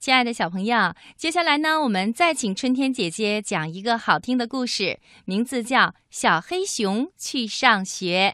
亲爱的小朋友，接下来呢，我们再请春天姐姐讲一个好听的故事，名字叫《小黑熊去上学》。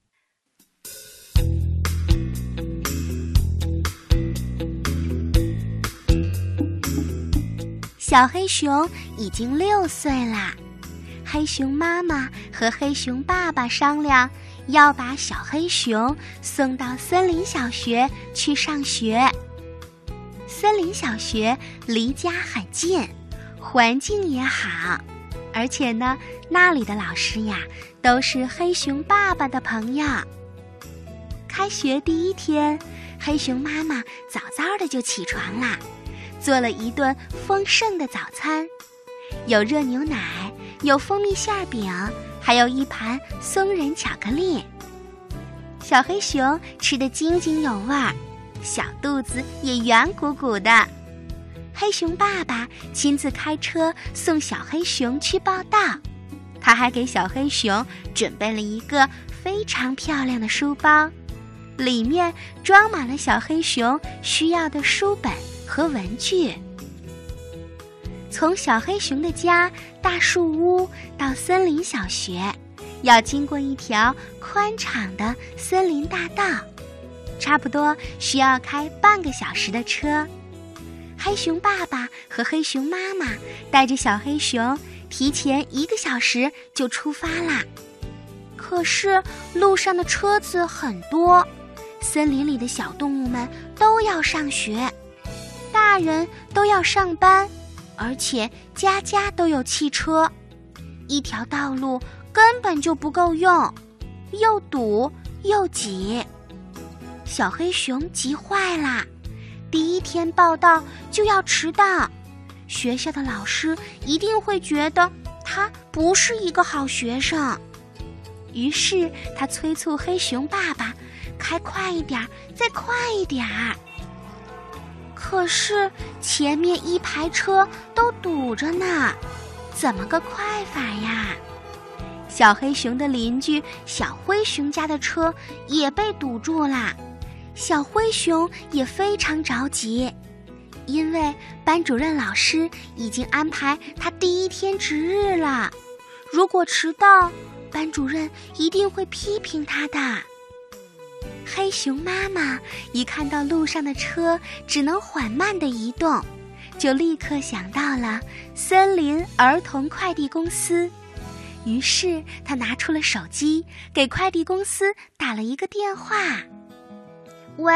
小黑熊已经6岁啦，黑熊妈妈和黑熊爸爸商量，要把小黑熊送到森林小学去上学。森林小学离家很近，环境也好，而且呢，那里的老师呀，都是黑熊爸爸的朋友。开学第一天，黑熊妈妈早早的就起床啦，做了一顿丰盛的早餐，有热牛奶，有蜂蜜馅饼，还有一盘松仁巧克力。小黑熊吃得津津有味儿，小肚子也圆鼓鼓的。黑熊爸爸亲自开车送小黑熊去报到，他还给小黑熊准备了一个非常漂亮的书包，里面装满了小黑熊需要的书本和文具。从小黑熊的家大树屋到森林小学，要经过一条宽敞的森林大道，差不多需要开半个小时的车。黑熊爸爸和黑熊妈妈带着小黑熊提前1个小时就出发啦。可是路上的车子很多，森林里的小动物们都要上学，大人都要上班，而且家家都有汽车，一条道路根本就不够用，又堵又挤。小黑熊急坏啦，第一天报到就要迟到，学校的老师一定会觉得他不是一个好学生。于是他催促黑熊爸爸开快一点，再快一点。可是前面1排车都堵着呢，怎么个快法呀？小黑熊的邻居小灰熊家的车也被堵住啦，小灰熊也非常着急，因为班主任老师已经安排他第1天值日了，如果迟到，班主任一定会批评他的。黑熊妈妈一看到路上的车只能缓慢地移动，就立刻想到了森林儿童快递公司，于是她拿出了手机，给快递公司打了一个电话。喂，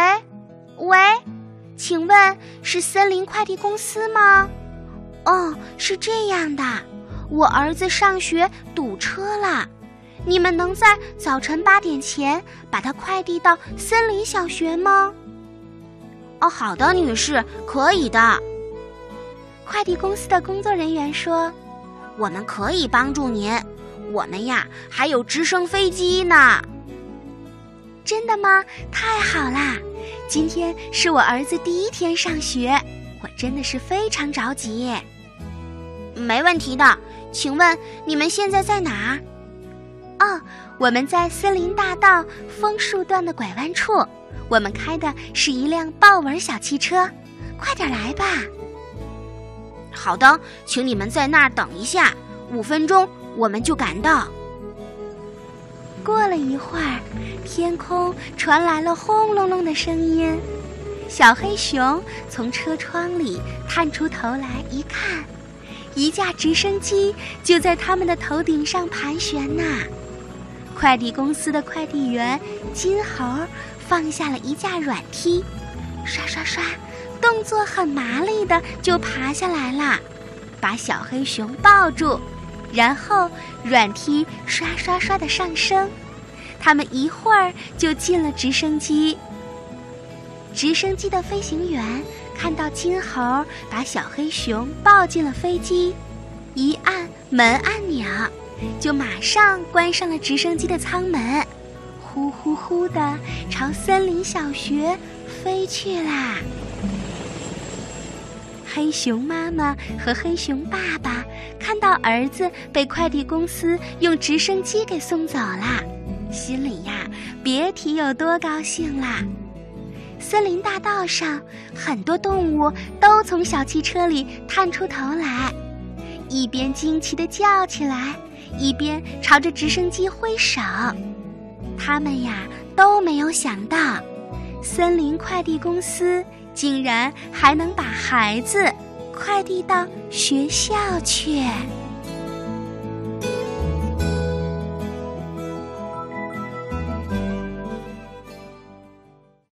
请问是森林快递公司吗？哦，是这样的，我儿子上学堵车了，你们能在早晨8点前把他快递到森林小学吗？哦，好的，女士，可以的。快递公司的工作人员说，我们可以帮助您，我们呀还有直升飞机呢。真的吗？太好啦！今天是我儿子第1天上学，我真的是非常着急。没问题的，请问你们现在在哪儿？哦，我们在森林大道枫树段的拐弯处，我们开的是一辆豹纹小汽车，快点来吧。好的，请你们在那儿等一下，5分钟我们就赶到。过了一会儿，天空传来了轰隆隆的声音，小黑熊从车窗里探出头来一看，一架直升机就在他们的头顶上盘旋呢。快递公司的快递员金猴放下了一架软梯，刷刷刷，动作很麻利的就爬下来了，把小黑熊抱住，然后软梯刷刷刷的上升，他们一会儿就进了直升机。直升机的飞行员看到金猴把小黑熊抱进了飞机，一按门按钮，就马上关上了直升机的舱门，呼呼呼地朝森林小学飞去啦。黑熊妈妈和黑熊爸爸看到儿子被快递公司用直升机给送走了，心里呀别提有多高兴啦。 森林大道上，很多动物都从小汽车里探出头来，一边惊奇地叫起来，一边朝着直升机挥手。他们呀都没有想到，森林快递公司竟然还能把孩子快递到学校去。